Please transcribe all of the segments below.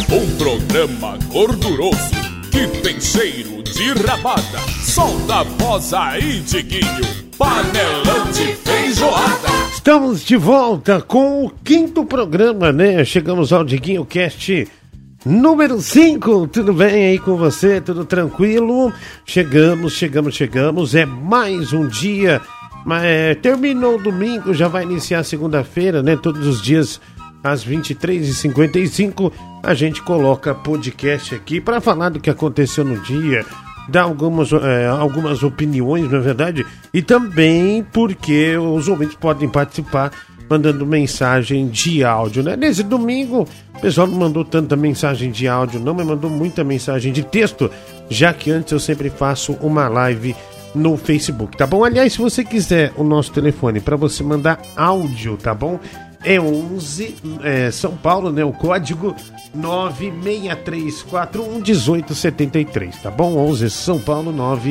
Um programa gorduroso que tem cheiro de rabada. Solta a voz aí, Diguinho, panelão de feijoada. Estamos de volta com o 5º programa, né? Chegamos ao Diguinho Cast número 5. Tudo bem aí com você? Tudo tranquilo? Chegamos. É mais um dia. Mas terminou o domingo, já vai iniciar a segunda-feira, né? Todos os dias às 23h55 a gente coloca podcast aqui para falar do que aconteceu no dia, dar algumas opiniões, na verdade, e também porque os ouvintes podem participar mandando mensagem de áudio, né? Nesse domingo o pessoal não mandou tanta mensagem de áudio não, mas mandou muita mensagem de texto, já que antes eu sempre faço uma live no Facebook, tá bom? Aliás, se você quiser o nosso telefone para você mandar áudio, tá bom? É 11 São Paulo, né? O código 963411873, tá bom? 11 São Paulo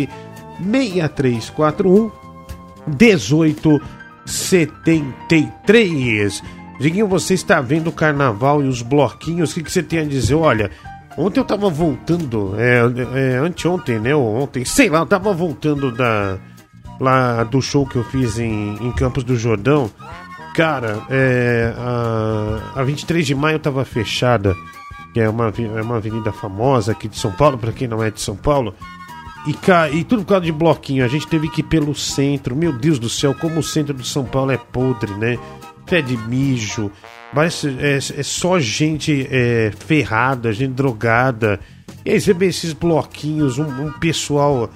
963411873. Diguinho, você está vendo o carnaval e os bloquinhos? O que você tem a dizer? Olha, ontem eu tava voltando, anteontem, né? Ou ontem, sei lá, eu tava voltando lá do show que eu fiz em Campos do Jordão. Cara, a 23 de maio tava fechada, que é uma avenida famosa aqui de São Paulo, pra quem não é de São Paulo, e tudo por causa de bloquinho. A gente teve que ir pelo centro. Meu Deus do céu, como o centro de São Paulo é podre, né? Fede mijo, parece, é só gente ferrada, gente drogada. E aí você vê esses bloquinhos, um pessoal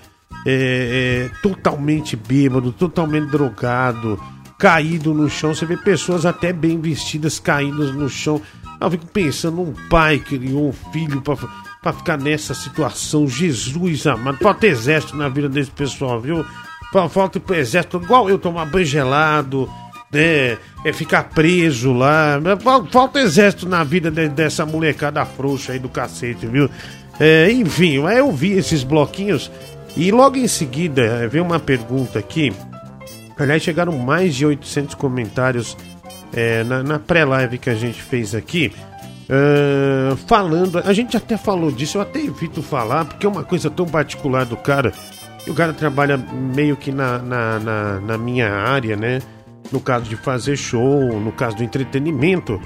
totalmente bêbado, totalmente drogado, caído no chão. Você vê pessoas até bem vestidas caídas no chão. Eu fico pensando, um pai criou um filho pra ficar nessa situação. Jesus amado, falta exército na vida desse pessoal, viu? Falta pro exército, igual eu, tomar banho gelado, ficar preso lá. Falta exército na vida dessa molecada frouxa aí do cacete, viu? Enfim, eu vi esses bloquinhos e logo em seguida veio uma pergunta aqui. Aliás, chegaram mais de 800 comentários na pré-live que a gente fez aqui, falando. A gente até falou disso, eu até evito falar, porque é uma coisa tão particular do cara. E o cara trabalha meio que na minha área, né? No caso de fazer show, no caso do entretenimento,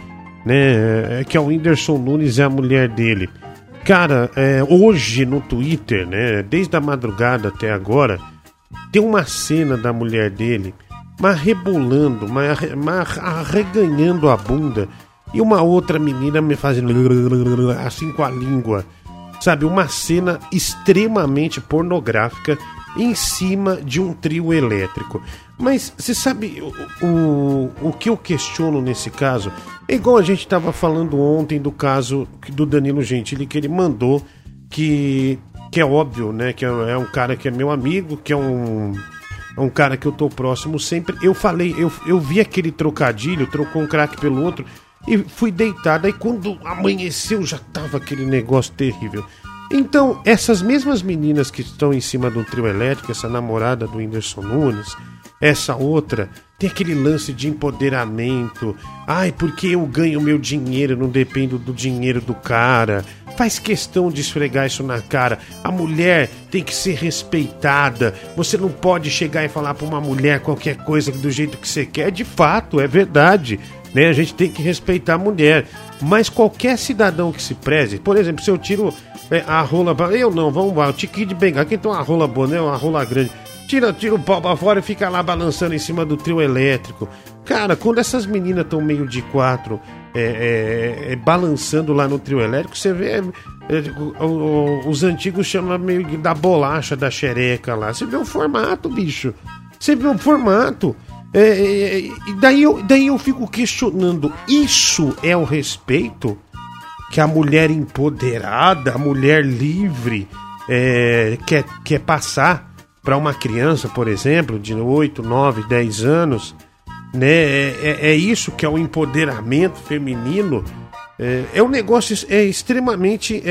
né? Que é o Whindersson Nunes e a mulher dele. Cara, hoje no Twitter, né? Desde a madrugada até agora, tem uma cena da mulher dele, mas rebolando, mas arreganhando a bunda, e uma outra menina me fazendo assim com a língua, sabe? Uma cena extremamente pornográfica em cima de um trio elétrico. Mas você sabe o que eu questiono nesse caso? É igual a gente estava falando ontem do caso do Danilo Gentili, que ele mandou que é óbvio, né? Que é um cara que é meu amigo, que é um cara que eu tô próximo sempre. Eu falei, eu vi aquele trocadilho, trocou um craque pelo outro e fui deitado. Aí quando amanheceu já tava aquele negócio terrível. Então, essas mesmas meninas que estão em cima do trio elétrico, essa namorada do Whindersson Nunes, essa outra, tem aquele lance de empoderamento. Ai, porque eu ganho meu dinheiro, não dependo do dinheiro do cara. Faz questão de esfregar isso na cara. A mulher tem que ser respeitada. Você não pode chegar e falar pra uma mulher qualquer coisa do jeito que você quer. De fato, é verdade, né? A gente tem que respeitar a mulher. Mas qualquer cidadão que se preze, por exemplo, se eu tiro a rola... Eu não, vamos lá, o tiquinho de bengala. Quem tem uma rola boa, né? Uma rola grande. Tira o pau pra fora e fica lá balançando em cima do trio elétrico. Cara, quando essas meninas estão meio de quatro, balançando lá no trio elétrico, você vê... os antigos chamam meio da bolacha da xereca lá. Você vê o formato, bicho. Você vê o formato. E daí eu fico questionando. Isso é o respeito que a mulher empoderada, a mulher livre quer passar para uma criança, por exemplo, de 8, 9, 10 anos, né? É isso que é o empoderamento feminino. É um negócio extremamente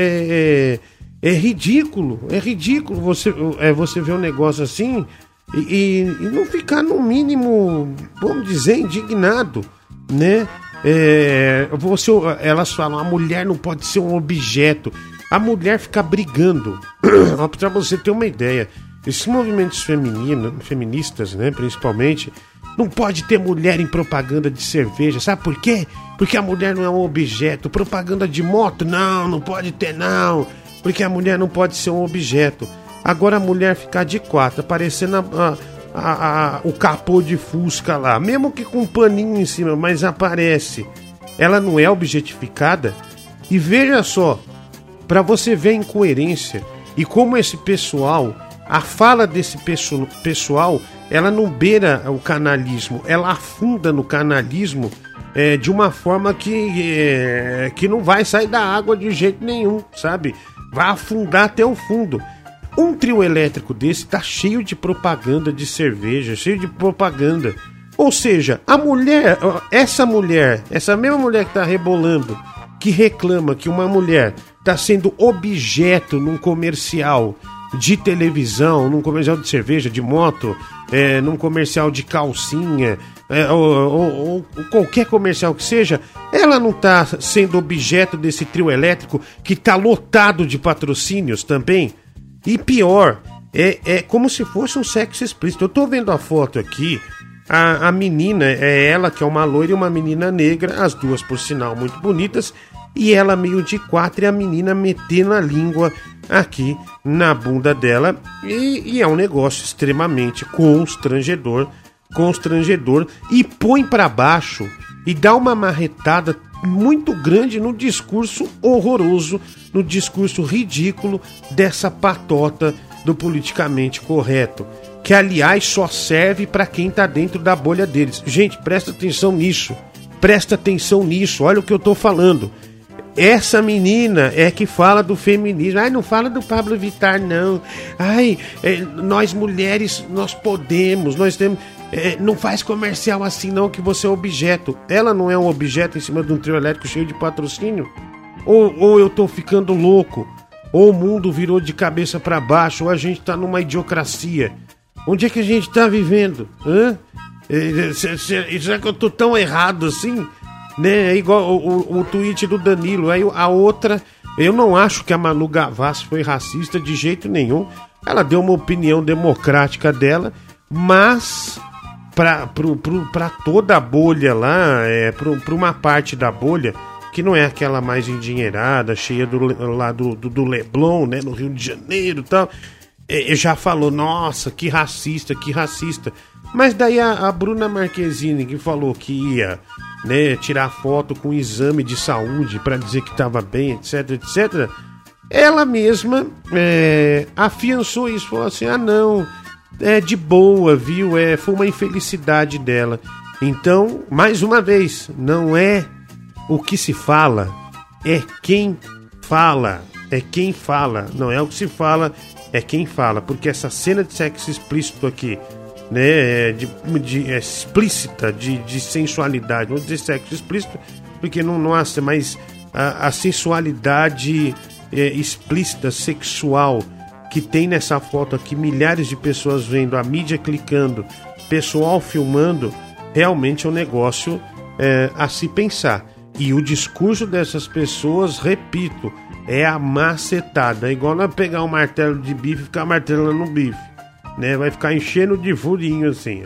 ridículo. É ridículo você ver um negócio assim e não ficar, no mínimo, vamos dizer, indignado, né? Elas falam, a mulher não pode ser um objeto. A mulher fica brigando. Pra você ter uma ideia, esses movimentos feministas, né, principalmente, não pode ter mulher em propaganda de cerveja. Sabe por quê? Porque a mulher não é um objeto. Propaganda de moto, não pode ter, não. Porque a mulher não pode ser um objeto. Agora a mulher ficar de quatro, aparecendo o capô de Fusca lá, mesmo que com um paninho em cima, mas aparece. Ela não é objetificada? E veja só, para você ver a incoerência e como esse pessoal, a fala desse pessoal, ela não beira o canalismo, ela afunda no canalismo de uma forma que não vai sair da água de jeito nenhum, sabe? Vai afundar até o fundo. Um trio elétrico desse tá cheio de propaganda de cerveja, cheio de propaganda. Ou seja, essa mesma mulher que tá rebolando, que reclama que uma mulher tá sendo objeto num comercial de televisão, num comercial de cerveja, de moto, num comercial de calcinha, ou qualquer comercial que seja, ela não tá sendo objeto desse trio elétrico que tá lotado de patrocínios também? E pior, é como se fosse um sexo explícito. Eu tô vendo a foto aqui, a menina, ela que é uma loira e uma menina negra, as duas por sinal muito bonitas, e ela meio de quatro e a menina metendo a língua aqui na bunda dela, e é um negócio extremamente constrangedor, e põe pra baixo e dá uma marretada muito grande no discurso horroroso, no discurso ridículo dessa patota do politicamente correto, que aliás só serve para quem tá dentro da bolha deles. Gente, presta atenção nisso, olha o que eu tô falando. Essa menina é que fala do feminismo. Ai, não fala do Pablo Vittar, não. Ai, nós mulheres, nós podemos, nós temos... não faz comercial assim não, que você é objeto. Ela não é um objeto em cima de um trio elétrico cheio de patrocínio? Ou eu tô ficando louco? Ou o mundo virou de cabeça pra baixo? Ou a gente tá numa idiocracia? Onde é que a gente tá vivendo? Será que eu tô tão errado assim? Né? É igual o tweet do Danilo. Aí a outra, eu não acho que a Manu Gavassi foi racista de jeito nenhum. Ela deu uma opinião democrática dela, mas pra toda a bolha lá, pra uma parte da bolha, que não é aquela mais endinheirada, cheia do Leblon, né, no Rio de Janeiro e tal, já falou, nossa, que racista. Mas daí a Bruna Marquezine, que falou que ia, né, tirar foto com exame de saúde para dizer que estava bem, etc, ela mesma afiançou isso, falou assim, não, de boa, viu, foi uma infelicidade dela. Então, mais uma vez, não é o que se fala, é quem fala, não é o que se fala, é quem fala, porque essa cena de sexo explícito aqui, né, explícita, de sensualidade, vamos dizer sexo explícito, porque não há mais a sensualidade explícita, sexual, que tem nessa foto aqui, milhares de pessoas vendo, a mídia clicando, pessoal filmando, realmente é um negócio a se pensar. E o discurso dessas pessoas, repito, é a macetada, é igual nós pegar um martelo de bife e ficar martelando no bife, né? Vai ficar enchendo de furinho assim.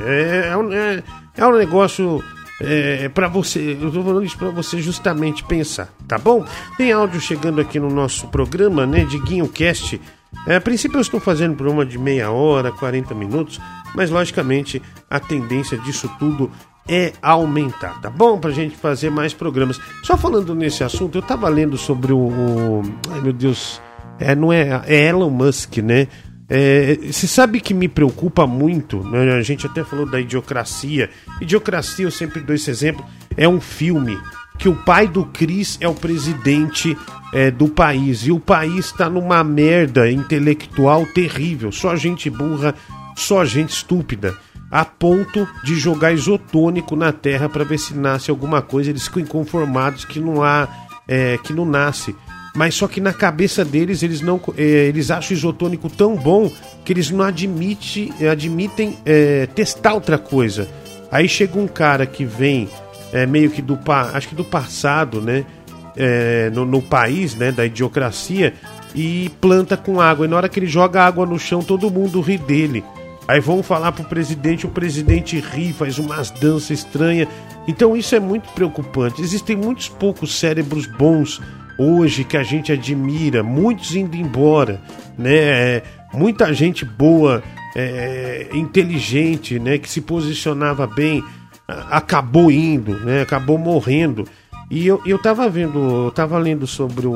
É um negócio pra você. Eu tô falando isso pra você justamente pensar, tá bom? Tem áudio chegando aqui no nosso programa, né? Diguinho Cast. A princípio eu estou fazendo programa de meia hora, 40 minutos, mas logicamente a tendência disso tudo é aumentar, tá bom? Pra gente fazer mais programas. Só falando nesse assunto, eu tava lendo sobre ai meu Deus, é Elon Musk, né? Você sabe que me preocupa muito, né? A gente até falou da Idiocracia. Idiocracia, eu sempre dou esse exemplo, é um filme que o pai do Chris é o presidente do país, e o país tá numa merda intelectual terrível, só gente burra, só gente estúpida, a ponto de jogar isotônico na terra para ver se nasce alguma coisa. Eles ficam inconformados que não nasce. Mas só que na cabeça deles, eles acham isotônico tão bom que eles não admitem testar outra coisa. Aí chega um cara que vem meio que acho que do passado, né? No país, né? Da idiocracia, e planta com água. E na hora que ele joga água no chão, todo mundo ri dele. Aí vão falar pro presidente, o presidente ri, faz umas danças estranhas. Então isso é muito preocupante. Existem muitos poucos cérebros bons hoje que a gente admira, muitos indo embora, né? Muita gente boa, inteligente, né? Que se posicionava bem, acabou indo, né? Acabou morrendo. E eu tava lendo sobre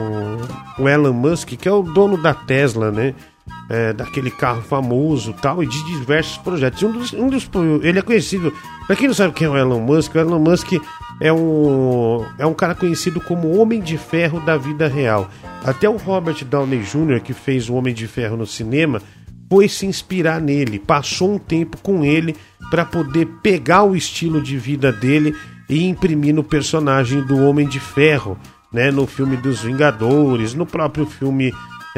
o Elon Musk, que é o dono da Tesla, né? Daquele carro famoso tal, e de diversos projetos. Ele é conhecido, pra quem não sabe quem é o Elon Musk é um cara conhecido como o Homem de Ferro da vida real. Até o Robert Downey Jr., que fez o Homem de Ferro no cinema, foi se inspirar nele, passou um tempo com ele para poder pegar o estilo de vida dele e imprimir no personagem do Homem de Ferro, né, no filme dos Vingadores, no próprio filme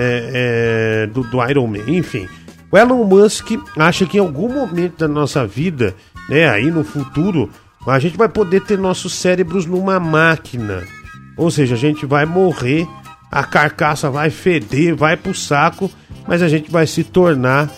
do Iron Man, enfim. O Elon Musk acha que em algum momento da nossa vida, né, aí no futuro, a gente vai poder ter nossos cérebros numa máquina. Ou seja, a gente vai morrer, a carcaça vai feder, vai pro saco, mas a gente vai se tornar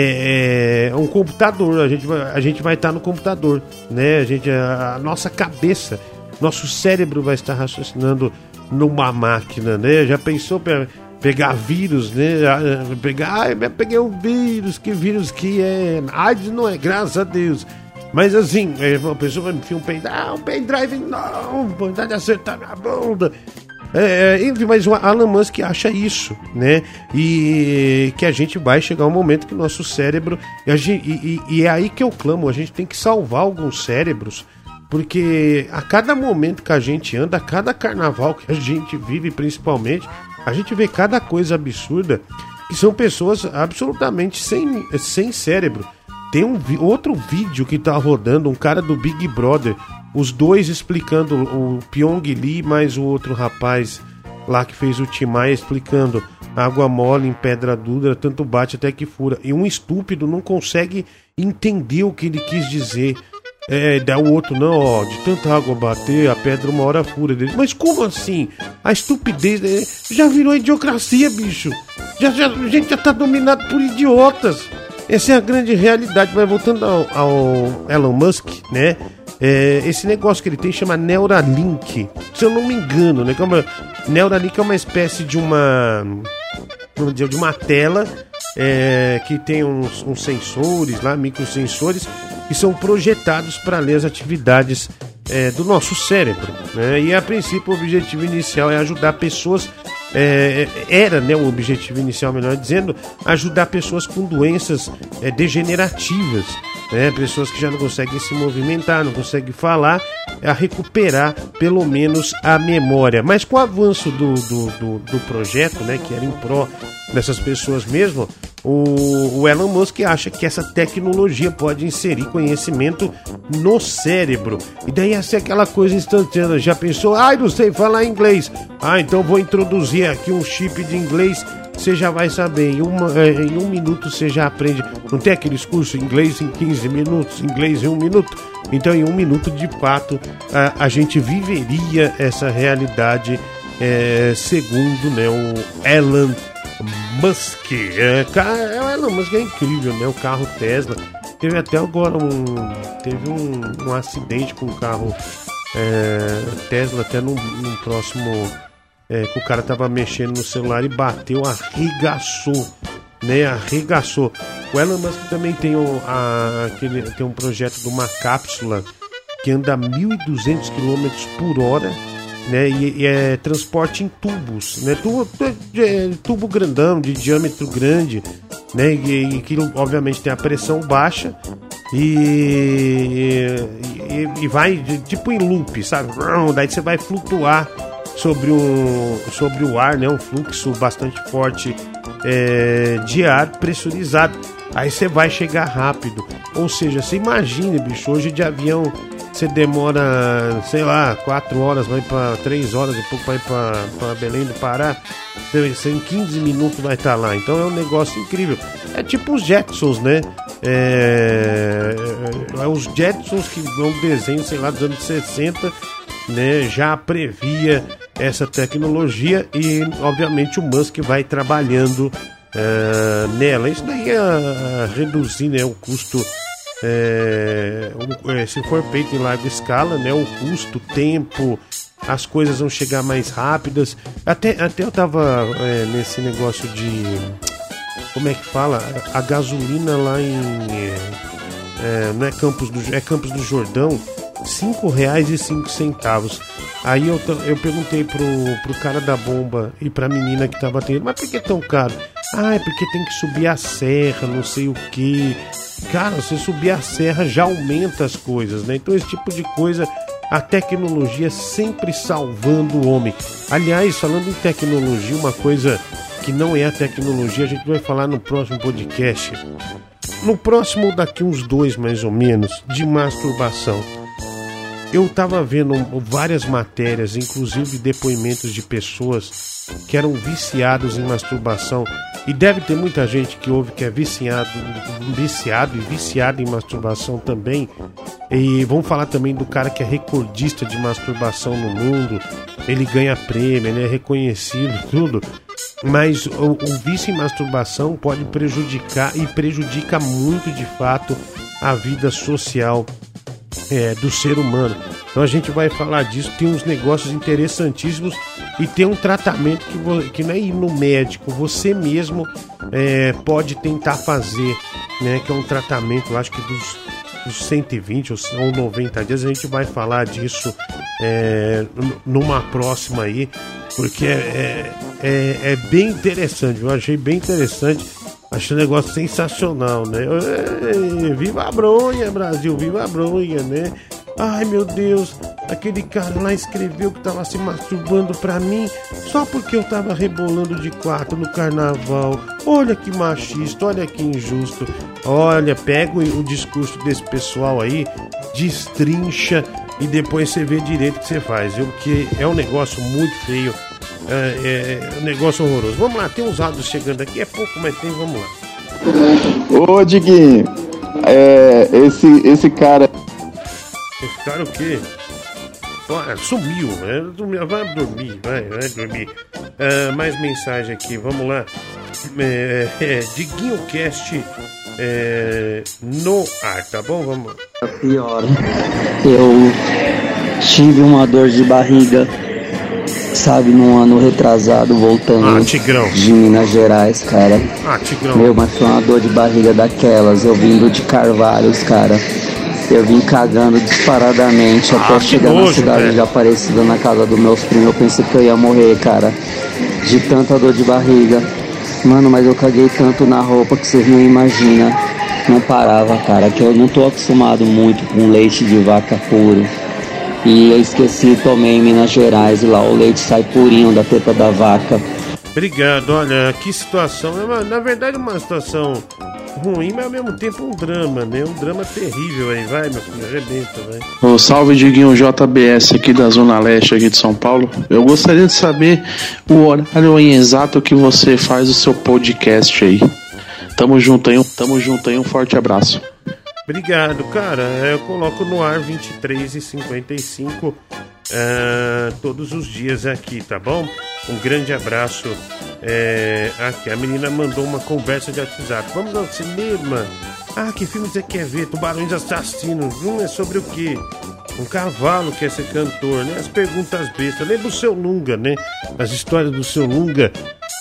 um computador. A gente vai estar no computador, né? A nossa cabeça, nosso cérebro vai estar raciocinando numa máquina, né? Já pensou pegar vírus, né? Peguei um vírus, que vírus que é? AIDS não é, graças a Deus. Mas assim, uma pessoa vai me enfiar um pendrive, não, vontade de acertar minha bunda. Enfim, mas o Elon Musk acha isso, né? E que a gente vai chegar um momento que o nosso cérebro... E é aí que eu clamo, a gente tem que salvar alguns cérebros, porque a cada momento que a gente anda, a cada carnaval que a gente vive, principalmente, a gente vê cada coisa absurda, que são pessoas absolutamente sem cérebro. Tem outro vídeo que tá rodando, um cara do Big Brother, os dois explicando, o Pyong Lee mais o outro rapaz lá que fez o Tim Maia, explicando: água mole em pedra dura, tanto bate até que fura. E um estúpido não consegue entender o que ele quis dizer. Dá o outro, não, ó, de tanta água bater, a pedra uma hora fura dele. Mas como assim? A estupidez já virou idiocracia, bicho. A gente já tá dominado por idiotas. Essa é a grande realidade. Mas voltando ao Elon Musk, né? Esse negócio que ele tem chama Neuralink, se eu não me engano, né? Neuralink é uma espécie de uma tela que tem uns sensores lá, microsensores, que são projetados para ler as atividades do nosso cérebro, né? E a princípio o objetivo inicial é ajudar pessoas, o objetivo inicial, melhor dizendo, ajudar pessoas com doenças degenerativas, né? Pessoas que já não conseguem se movimentar, não conseguem falar, a recuperar pelo menos a memória. Mas com o avanço do projeto, né, que era em pró dessas pessoas mesmo, o Elon Musk acha que essa tecnologia pode inserir conhecimento no cérebro. E daí ia ser aquela coisa instantânea. Já pensou? Não sei falar inglês. Então vou introduzir aqui um chip de inglês. Você já vai saber, em um minuto você já aprende. Não tem aqueles cursos inglês em 15 minutos, inglês em 1 minuto? Então em 1 minuto, de fato, a gente viveria essa realidade, segundo, né, o Elon Musk. O Elon Musk é incrível, né? O carro Tesla. Teve até agora um acidente com o carro Tesla, até num próximo... que o cara tava mexendo no celular e bateu, arregaçou, né? Arregaçou. O Elon Musk também tem tem um projeto de uma cápsula que anda a 1.200 km por hora, né? E é transporte em tubos, né? Tubo grandão, de diâmetro grande, né? E que obviamente tem a pressão baixa e vai tipo em loop, sabe? Daí você vai flutuar sobre o ar, né? Um fluxo bastante forte de ar pressurizado. Aí você vai chegar rápido. Ou seja, você imagina, bicho, hoje de avião você demora, sei lá, 4 horas, vai para 3 horas e pouco, vai para Belém do Pará. Você em 15 minutos vai estar lá. Então é um negócio incrível. É tipo os Jetsons, né? Os Jetsons, que é um desenho, sei lá, dos anos 60, né, já previa essa tecnologia e, obviamente, o Musk vai trabalhando nela. Isso daí ia reduzir, né, o custo, se for feito em larga escala, né, o custo, o tempo, as coisas vão chegar mais rápidas. Até eu tava nesse negócio de... Como é que fala? A gasolina lá em... não é Campos do Jordão, R$5,05. Aí eu perguntei pro cara da bomba e pra menina que tava atendendo, mas por que é tão caro? É porque tem que subir a serra, não sei o que. Cara, você subir a serra já aumenta as coisas, né? Então esse tipo de coisa, a tecnologia sempre salvando o homem. Aliás, falando em tecnologia, uma coisa que não é a tecnologia, a gente vai falar no próximo podcast. No próximo, daqui uns 2 mais ou menos, de masturbação. Eu tava vendo várias matérias, inclusive depoimentos de pessoas que eram viciados em masturbação. E deve ter muita gente que ouve que é viciado em masturbação também. E vamos falar também do cara que é recordista de masturbação no mundo. Ele ganha prêmio, ele é reconhecido, tudo. Mas o vício em masturbação pode prejudicar e prejudica muito de fato a vida social do ser humano. Então a gente vai falar disso. Tem uns negócios interessantíssimos e tem um tratamento que não é ir no médico, você mesmo pode tentar fazer, né? Que é um tratamento, eu acho que dos 120 ou 90 dias. A gente vai falar disso numa próxima aí, porque é bem interessante. Eu achei bem interessante. Achei um negócio sensacional, né? Viva a bronha, Brasil, viva a bronha, né? Ai, meu Deus, aquele cara lá escreveu que tava se masturbando pra mim só porque eu tava rebolando de 4 no carnaval. Olha que machista, olha que injusto. Olha, pega o discurso desse pessoal aí, destrincha e depois você vê direito o que você faz, viu? Porque é um negócio muito feio. É um negócio horroroso. Vamos lá, tem uns áudios chegando aqui, é pouco, mas tem, vamos lá. Ô, Diguinho, esse cara... Esse cara o quê? Sumiu, né? Vai dormir, vai dormir. Mais mensagem aqui, vamos lá. Diguinho Cast no ar, tá bom? Vamos lá. Pior, eu tive uma dor de barriga, sabe, num ano retrasado, voltando de Minas Gerais, cara. Tigrão. Meu, mas foi uma dor de barriga daquelas, eu vindo de Carvalhos, cara. Eu vim cagando disparadamente até chegar na cidade de Aparecida, na casa dos meus primos. Eu pensei que eu ia morrer, cara, de tanta dor de barriga. Mano, mas eu caguei tanto na roupa que vocês não imaginam. Não parava, cara, que eu não tô acostumado muito com leite de vaca puro. E eu esqueci, tomei em Minas Gerais e lá o leite sai purinho da teta da vaca. Obrigado, olha, que situação. Na verdade, uma situação ruim, mas ao mesmo tempo um drama, né? Um drama terrível aí, vai, meu filho, arrebenta, vai. Ô, salve, Diguinho, JBS aqui da Zona Leste, aqui de São Paulo. Eu gostaria de saber o horário exato que você faz o seu podcast aí. Tamo junto aí, um forte abraço. Obrigado, cara. Eu coloco no ar 23h55 todos os dias aqui, tá bom? Um grande abraço. Aqui, a menina mandou uma conversa de WhatsApp. Vamos ao cinema? Que filme você quer ver? Tubarões Assassinos. É sobre o quê? Um cavalo quer ser cantor, né? As perguntas bestas. Lembra o Seu Lunga, né? As histórias do Seu Lunga.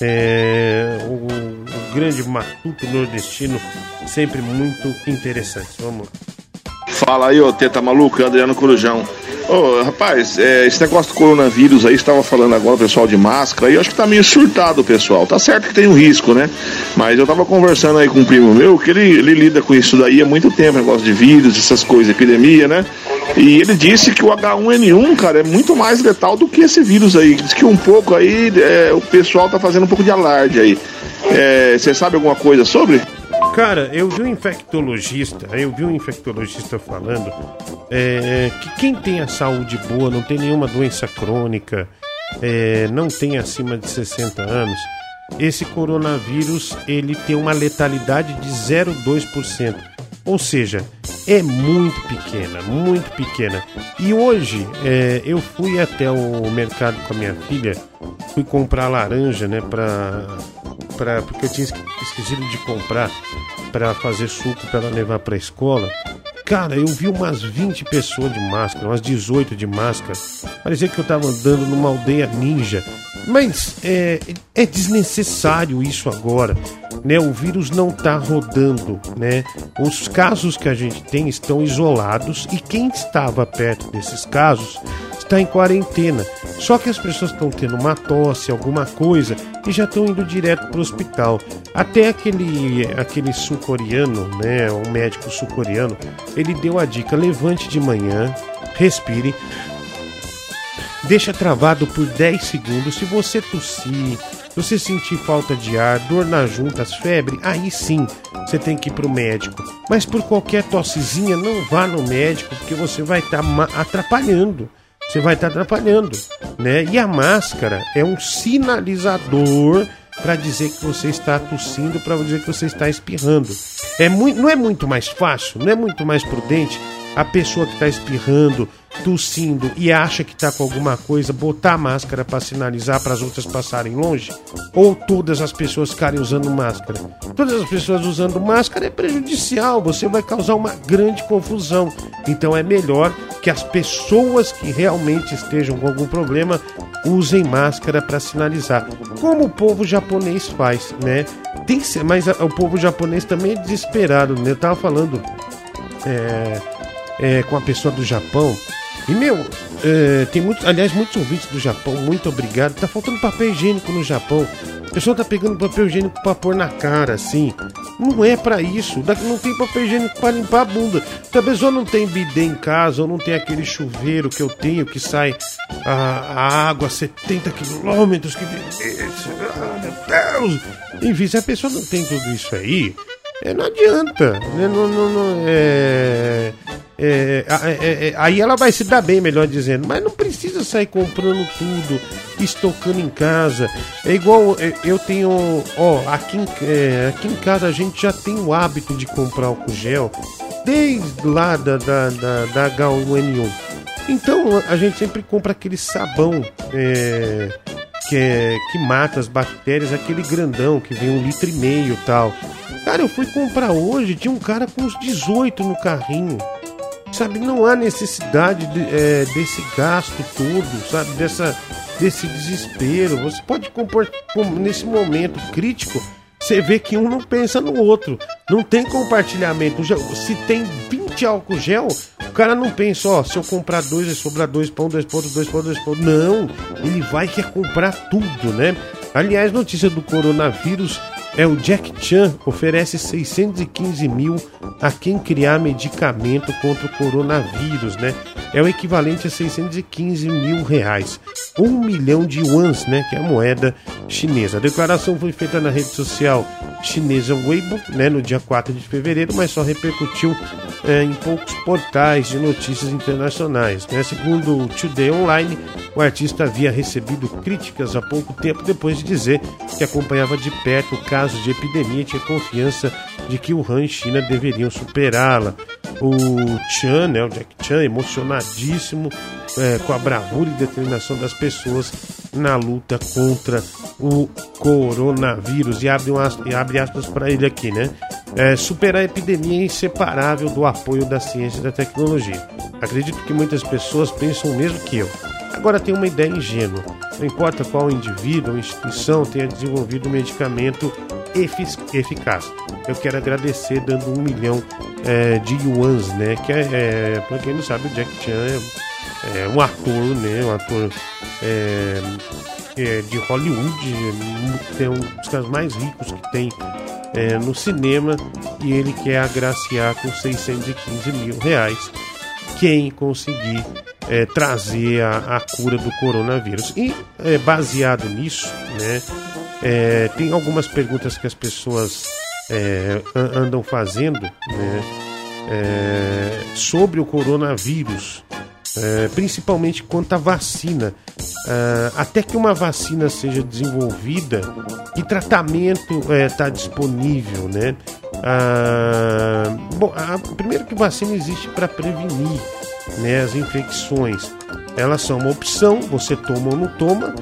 O grande matuto nordestino. Sempre muito interessante. Vamos lá. Fala aí, ô teta maluca, Adriano Corujão. Ô, rapaz, esse negócio do coronavírus aí, estava falando agora o pessoal de máscara, aí eu acho que tá meio surtado o pessoal. Tá certo que tem um risco, né? Mas eu tava conversando aí com um primo meu, que ele lida com isso daí há muito tempo, negócio de vírus, essas coisas, epidemia, né? E ele disse que o H1N1, cara, é muito mais letal do que esse vírus aí. Diz que um pouco aí, o pessoal tá fazendo um pouco de alarde aí. Você sabe alguma coisa sobre? Cara, eu vi um infectologista falando que quem tem a saúde boa, não tem nenhuma doença crônica, não tem acima de 60 anos, esse coronavírus, ele tem uma letalidade de 0,2%. Ou seja, é muito pequena. E hoje eu fui até o mercado com a minha filha, fui comprar laranja, né, porque eu tinha esquecido de comprar para fazer suco para ela levar para a escola. Cara, eu vi umas 20 pessoas de máscara, umas 18 de máscara. Parecia que eu tava andando numa aldeia ninja. Mas é desnecessário isso agora, né? O vírus não tá rodando, né? Os casos que a gente tem estão isolados e quem estava perto desses casos está em quarentena. Só que as pessoas estão tendo uma tosse, alguma coisa, e já estão indo direto para o hospital. Até aquele sul-coreano, né, um médico sul-coreano, ele deu a dica: levante de manhã, respire, deixa travado por 10 segundos. Se você tossir, se você sentir falta de ar, dor nas juntas, febre, aí sim você tem que ir pro médico. Mas por qualquer tossezinha, não vá no médico, porque você vai estar atrapalhando. Você vai estar atrapalhando, né? E a máscara é um sinalizador para dizer que você está tossindo, para dizer que você está espirrando. Não é muito mais fácil, não é muito mais prudente a pessoa que está espirrando, tossindo e acha que está com alguma coisa, botar a máscara para sinalizar para as outras passarem longe? Ou todas as pessoas ficarem usando máscara? Todas as pessoas usando máscara é prejudicial, você vai causar uma grande confusão. Então é melhor que as pessoas que realmente estejam com algum problema usem máscara para sinalizar, como o povo japonês faz, né? Mas o povo japonês também é desesperado, né? Eu tava falando com a pessoa do Japão. E, tem muitos ouvintes do Japão, muito obrigado. Tá faltando papel higiênico no Japão. A pessoa tá pegando papel higiênico pra pôr na cara, assim. Não é pra isso. Não tem papel higiênico pra limpar a bunda. Se a pessoa não tem bidê em casa, ou não tem aquele chuveiro que eu tenho, que sai a água a 70 quilômetros, que meu Deus! Enfim, se a pessoa não tem tudo isso aí, não adianta, né? Aí ela vai se dar bem, melhor dizendo, mas não precisa sair comprando tudo, estocando em casa. É igual eu tenho, aqui em casa a gente já tem o hábito de comprar álcool gel desde lá da H1N1. Então a gente sempre compra aquele sabão que mata as bactérias, aquele grandão que vem 1,5 litro e tal. Cara, eu fui comprar hoje, tinha um cara com uns 18 no carrinho. Sabe, não há necessidade desse gasto todo, sabe, desse desespero. Você pode compor nesse momento crítico, você vê que um não pensa no outro. Não tem compartilhamento. Se tem 20 álcool gel, o cara não pensa, se eu comprar 2, vai sobrar 2 pão, 2 pontos, 2 pontos, 2 pontos. Não, ele quer comprar tudo, né? Aliás, notícia do coronavírus. O Jack Chan oferece 615 mil a quem criar medicamento contra o coronavírus, né? É o equivalente a 615 mil reais. 1 milhão de yuans, né? Que é a moeda chinesa. A declaração foi feita na rede social chinesa Weibo, né? No dia 4 de fevereiro, mas só repercutiu em poucos portais de notícias internacionais, né? Segundo o Today Online, o artista havia recebido críticas há pouco tempo depois de dizer que acompanhava de perto casos de epidemia e tinha confiança de que Wuhan e China deveriam superá-la. O Chan, né, o Jack Chan, emocionadíssimo com a bravura e determinação das pessoas na luta contra o coronavírus. E abre aspas para ele aqui, né? Superar a epidemia é inseparável do apoio da ciência e da tecnologia. Acredito que muitas pessoas pensam o mesmo que eu. Agora tem uma ideia ingênua. Não importa qual indivíduo ou instituição tenha desenvolvido um medicamento eficaz. Eu quero agradecer dando 1 milhão de yuans, né? Que pra quem não sabe, o Jack Chan é um ator, né? Um ator de Hollywood, é um dos caras mais ricos que tem no cinema, e ele quer agraciar com 615 mil reais quem conseguir trazer a cura do coronavírus. E baseado nisso, né, tem algumas perguntas que as pessoas andam fazendo, né, sobre o coronavírus, principalmente quanto à vacina. Até que uma vacina seja desenvolvida, que tratamento está disponível, né? Primeiro que vacina existe para prevenir, né, as infecções. Elas são uma opção, você toma ou não toma,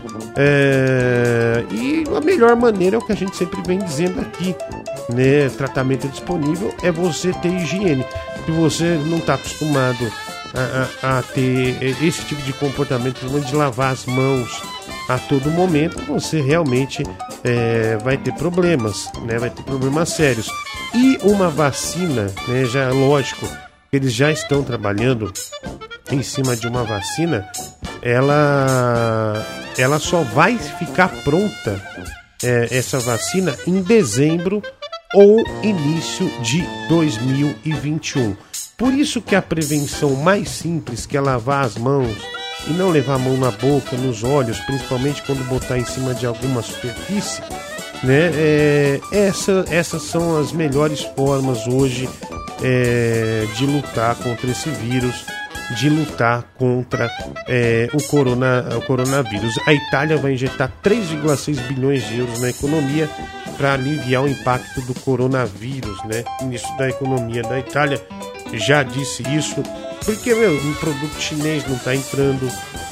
e a melhor maneira é o que a gente sempre vem dizendo aqui, né? Tratamento disponível é você ter higiene. Se você não está acostumado a ter esse tipo de comportamento de lavar as mãos a todo momento, você realmente vai ter problemas, né? Vai ter problemas sérios. E uma vacina, né? Já lógico, eles já estão trabalhando em cima de uma vacina, ela só vai ficar pronta, essa vacina, em dezembro ou início de 2021. Por isso que a prevenção mais simples, que é lavar as mãos e não levar a mão na boca, nos olhos, principalmente quando botar em cima de alguma superfície, né? Essas são as melhores formas hoje de lutar contra esse vírus, de lutar contra o coronavírus. A Itália vai injetar 3,6 bilhões de euros na economia para aliviar o impacto do coronavírus, né? O ministro da Economia da Itália já disse isso, porque o produto chinês não está entrando.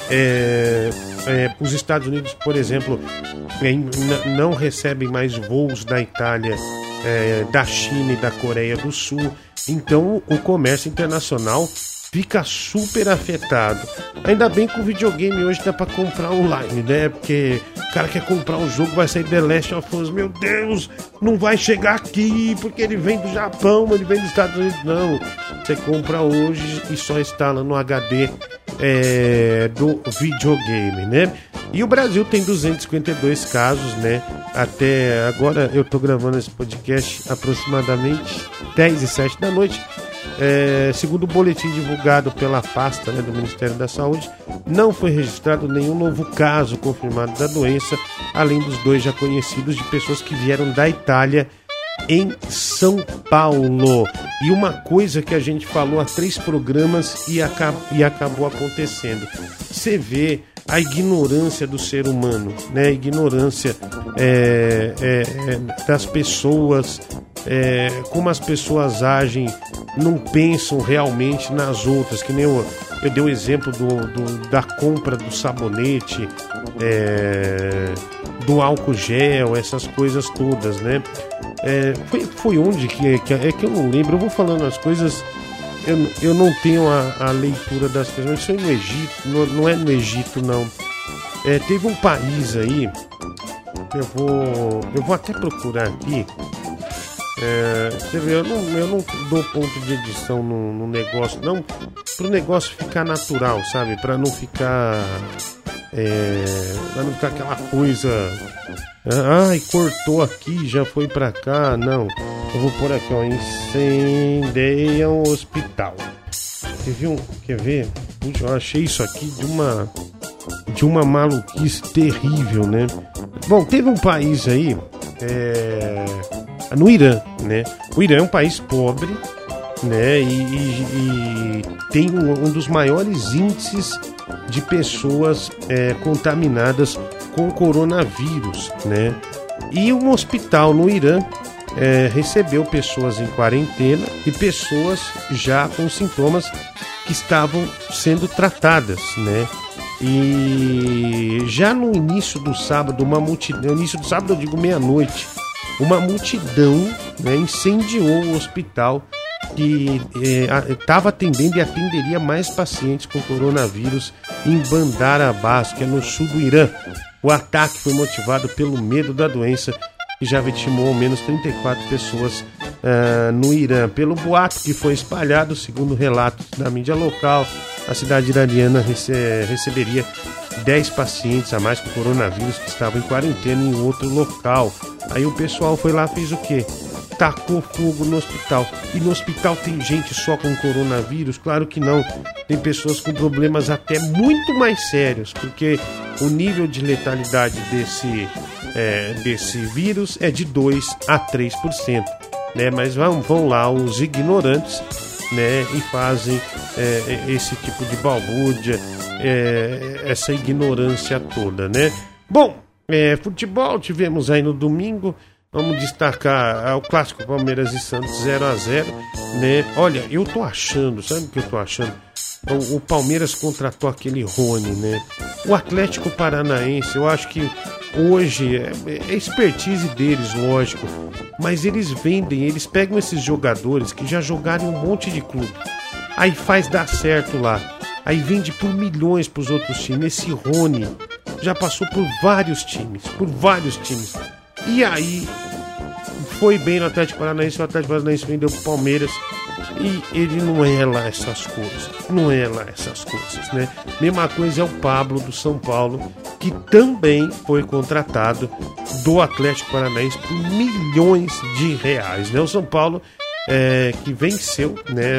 Os Estados Unidos, por exemplo, não recebem mais voos da Itália, da China e da Coreia do Sul. Então o comércio internacional fica super afetado. Ainda bem que o videogame hoje dá pra comprar online, né? Porque o cara quer comprar um jogo, vai sair The Last of Us. Meu Deus, não vai chegar aqui porque ele vem do Japão, ele vem dos Estados Unidos. Não, você compra hoje e só instala no HD do videogame, né? E o Brasil tem 252 casos, né? Até agora eu tô gravando esse podcast aproximadamente 10h07 da noite. Segundo o boletim divulgado pela pasta, né, do Ministério da Saúde, não foi registrado nenhum novo caso confirmado da doença, além dos 2 já conhecidos de pessoas que vieram da Itália em São Paulo. E uma coisa que a gente falou há 3 programas e acabou acontecendo. Você vê a ignorância do ser humano, né? A ignorância das pessoas, como as pessoas agem, não pensam realmente nas outras, que nem eu dei o exemplo da compra do sabonete, do álcool gel, essas coisas todas, né? Foi onde que eu não lembro, eu vou falando as coisas, eu não tenho a leitura das coisas, mas isso é no Egito, não é no Egito não. Teve um país aí, eu vou até procurar aqui. Você vê, eu não dou ponto de edição no negócio, não, pro negócio ficar natural, sabe? Pra não ficar aquela coisa, ai, cortou aqui, já foi pra cá. Não, eu vou pôr aqui, ó, incendeiam o hospital. Quer ver? Puxa, eu achei isso aqui de uma maluquice terrível, né? Bom, teve um país aí, no Irã, né? O Irã é um país pobre, né? E tem um dos maiores índices de pessoas contaminadas com coronavírus, né? E um hospital no Irã recebeu pessoas em quarentena e pessoas já com sintomas que estavam sendo tratadas, né? E já no início do sábado, eu digo meia-noite, uma multidão, né, incendiou o hospital que estava atendendo e atenderia mais pacientes com coronavírus em Bandar Abbas, que é no sul do Irã. O ataque foi motivado pelo medo da doença, que já vitimou ao menos 34 pessoas no Irã. Pelo boato que foi espalhado, segundo relatos da mídia local, a cidade iraniana receberia 10 pacientes a mais com coronavírus que estavam em quarentena em outro local. Aí o pessoal foi lá, fez o quê? Tacou fogo no hospital. E no hospital tem gente só com coronavírus? Claro que não. Tem pessoas com problemas até muito mais sérios, porque o nível de letalidade desse vírus é de 2 a 3%. Né? Mas vão lá os ignorantes, né, e fazem esse tipo de balbúrdia, essa ignorância toda, né? Bom, futebol tivemos aí no domingo, Vamos destacar o clássico Palmeiras e Santos 0-0, né? Olha, eu tô achando, sabe o que eu tô achando? O Palmeiras contratou aquele Rony, né? O Atlético Paranaense, eu acho que hoje é expertise deles, lógico, mas eles vendem, eles pegam esses jogadores que já jogaram em um monte de clube, aí faz dar certo lá, aí vende por milhões pros outros times. Esse Rony já passou por vários times, e aí foi bem no Atlético Paranaense, o Atlético Paranaense vendeu pro Palmeiras, e ele não é lá essas coisas, né? Mesma coisa é o Pablo do São Paulo, que também foi contratado do Atlético Paranaense por milhões de reais, né? O São Paulo que venceu, né,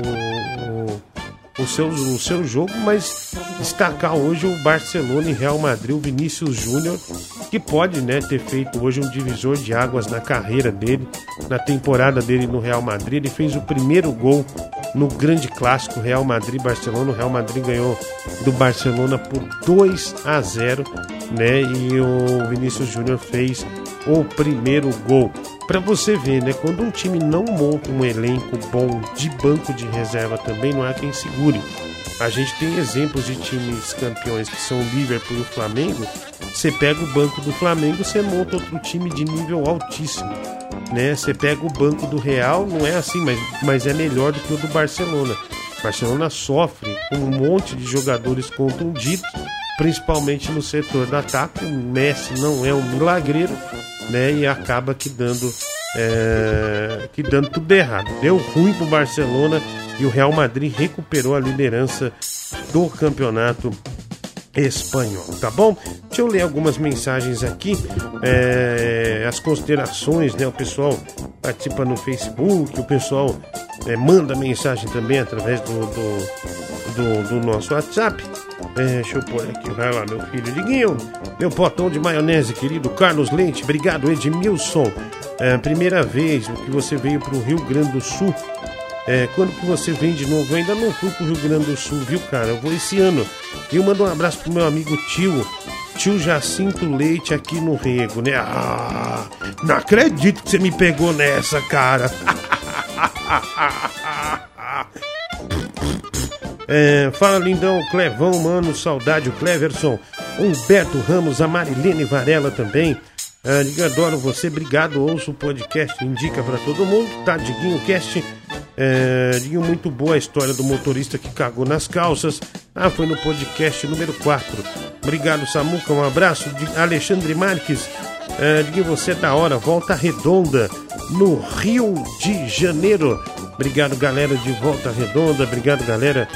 o seu jogo, mas destacar hoje o Barcelona e Real Madrid, o Vinícius Júnior, que pode, né, ter feito hoje um divisor de águas na carreira dele, na temporada dele no Real Madrid. Ele fez o primeiro gol no grande clássico Real Madrid-Barcelona. O Real Madrid ganhou do Barcelona por 2-0, né, e o Vinícius Júnior fez o primeiro gol. Pra você ver, né, quando um time não monta um elenco bom de banco de reserva também, não há quem segure. A gente tem exemplos de times campeões que são o Liverpool e o Flamengo. Você pega o banco do Flamengo, você monta outro time de nível altíssimo, né? Você pega o banco do Real, não é assim, mas é melhor do que o do Barcelona. O Barcelona sofre com um monte de jogadores contundidos, principalmente no setor do ataque. O Messi não é um milagreiro, né? E acaba que dando tudo errado. Deu ruim pro Barcelona e o Real Madrid recuperou a liderança do campeonato espanhol, tá bom? Deixa eu ler algumas mensagens aqui, as considerações, né? O pessoal participa no Facebook, o pessoal manda mensagem também através do nosso WhatsApp. Deixa eu pôr aqui, vai lá, meu filho Diguinho, meu potão de maionese, querido Carlos Leite, obrigado, Edmilson. Primeira vez que você veio pro Rio Grande do Sul. Quando que você vem de novo? Eu ainda não fui pro Rio Grande do Sul, viu, cara? Eu vou esse ano. E eu mando um abraço pro meu amigo tio Jacinto Leite aqui no Rego, né? Ah, não acredito que você me pegou nessa, cara. Fala, lindão, Clevão, mano, saudade, o Cleverson, Humberto Ramos, a Marilene Varela também. Diga, adoro você, obrigado, ouço o podcast, indica pra todo mundo, tá, Diguinho Cast. Diguinho, muito boa a história do motorista que cagou nas calças. Foi no podcast número 4. Obrigado, Samuca, um abraço. Alexandre Marques, Diguinho, você é da hora, Volta Redonda, no Rio de Janeiro. Obrigado, galera de Volta Redonda, obrigado, galera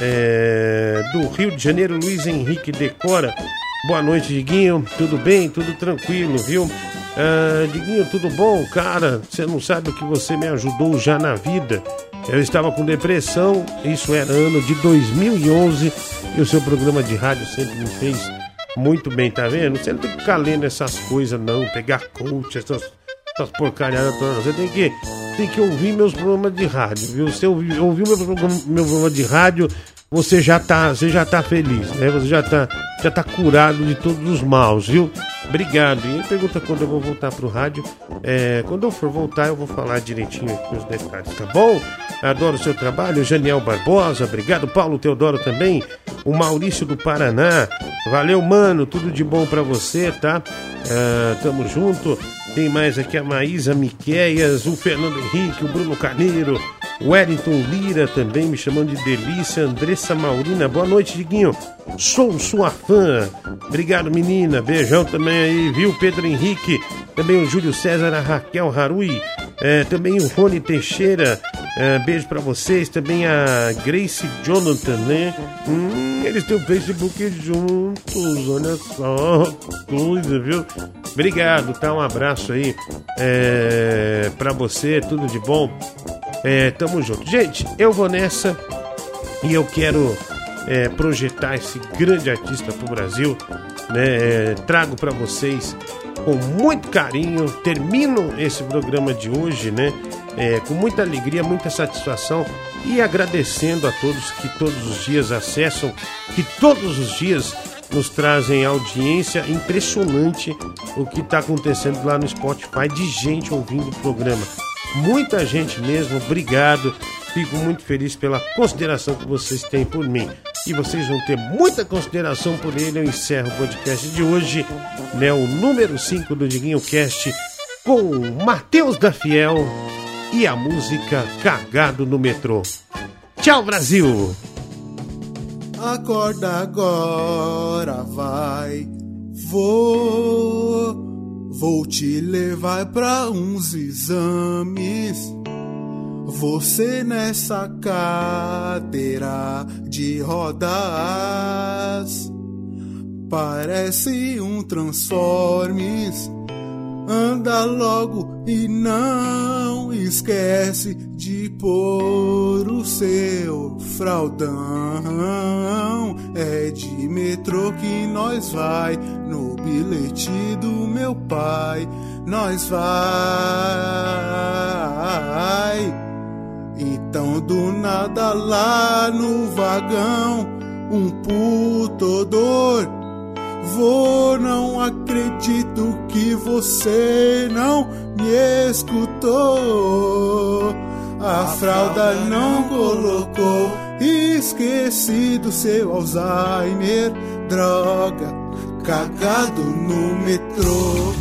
do Rio de Janeiro. Luiz Henrique Decora, boa noite, Diguinho, tudo bem? Tudo tranquilo, viu? Diguinho, tudo bom? Cara, você não sabe o que você me ajudou já na vida. Eu estava com depressão, isso era ano de 2011, e o seu programa de rádio sempre me fez muito bem, tá vendo? Você não tem que ficar lendo essas coisas não, pegar coach, essas porcariadas todas. Você tem que ouvir meus programas de rádio, viu? Você ouvir meu programa de rádio, você já tá feliz, né? Você já tá curado de todos os maus, viu? Obrigado. E pergunta quando eu vou voltar pro rádio. Quando eu for voltar, eu vou falar direitinho aqui os detalhes, tá bom? Adoro o seu trabalho. Janiel Barbosa, obrigado. Paulo Teodoro também. O Maurício do Paraná. Valeu, mano. Tudo de bom pra você, tá? Tamo junto. Tem mais aqui a Maísa Miqueias, o Fernando Henrique, o Bruno Carneiro, o Wellington Lira também me chamando de delícia, Andressa Maurina, boa noite, Diguinho, sou sua fã, obrigado, menina, beijão também aí, viu, Pedro Henrique, também o Júlio César, a Raquel Harui, também o Rony Teixeira, beijo pra vocês, também a Grace Jonathan, né? Eles têm o Facebook juntos, olha só, coisa, viu? Obrigado, tá? Um abraço aí pra você, tudo de bom. Tamo junto. Gente, eu vou nessa e eu quero projetar esse grande artista pro Brasil, né? Trago pra vocês com muito carinho, termino esse programa de hoje, né? Com muita alegria, muita satisfação e agradecendo a todos que todos os dias acessam, que todos os dias nos trazem audiência. Impressionante o que está acontecendo lá no Spotify de gente ouvindo o programa. Muita gente mesmo, obrigado. Fico muito feliz pela consideração que vocês têm por mim. E vocês vão ter muita consideração por ele. Eu encerro o podcast de hoje, né? O número 5 do Diguinho Cast, com Matheus da Fiel e a música Cagado no Metrô. Tchau, Brasil! Acorda agora, vai. Vou te levar pra uns exames. Você nessa cadeira de rodas parece um Transformers. Anda logo e não esquece de pôr o seu fraldão. É de metrô que nós vai, no bilhete do meu pai nós vai. Então do nada lá no vagão, um puto odor. Não acredito que você não me escutou. A fralda não colocou, esqueci do seu Alzheimer. Droga, cagado no metrô.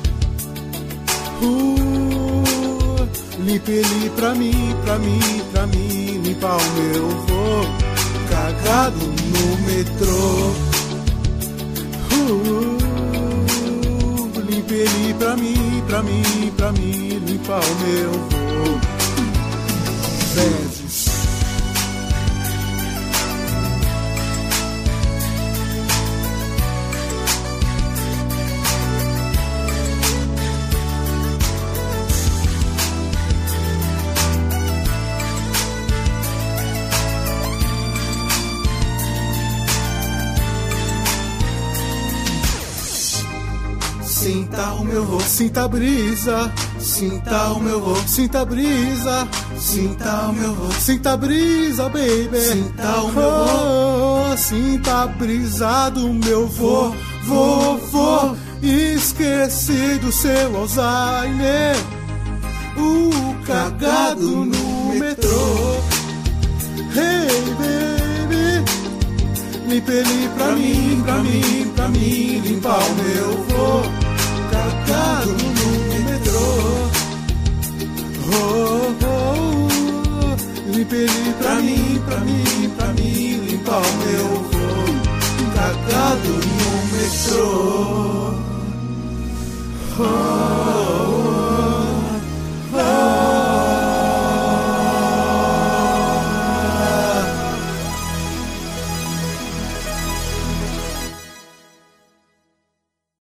Limpe ele pra mim, limpar o meu voo. Cagado no metrô. Limpe ele pra mim, limpar o meu voo. Vezes. Sinta o meu rosto, sinta a brisa. Sinta o meu rosto, sinta a brisa. Sinta o meu rosto, sinta a brisa, baby. Sinta o meu rosto, sinta a brisa do meu vô. Esqueci do seu Alzheimer. Cagado no metrô. Hey, baby, limpe ele pra mim, limpar o meu vô. Cagado no metrô. Limpe ele pra mim, limpar o meu vô. Cagado no metrô.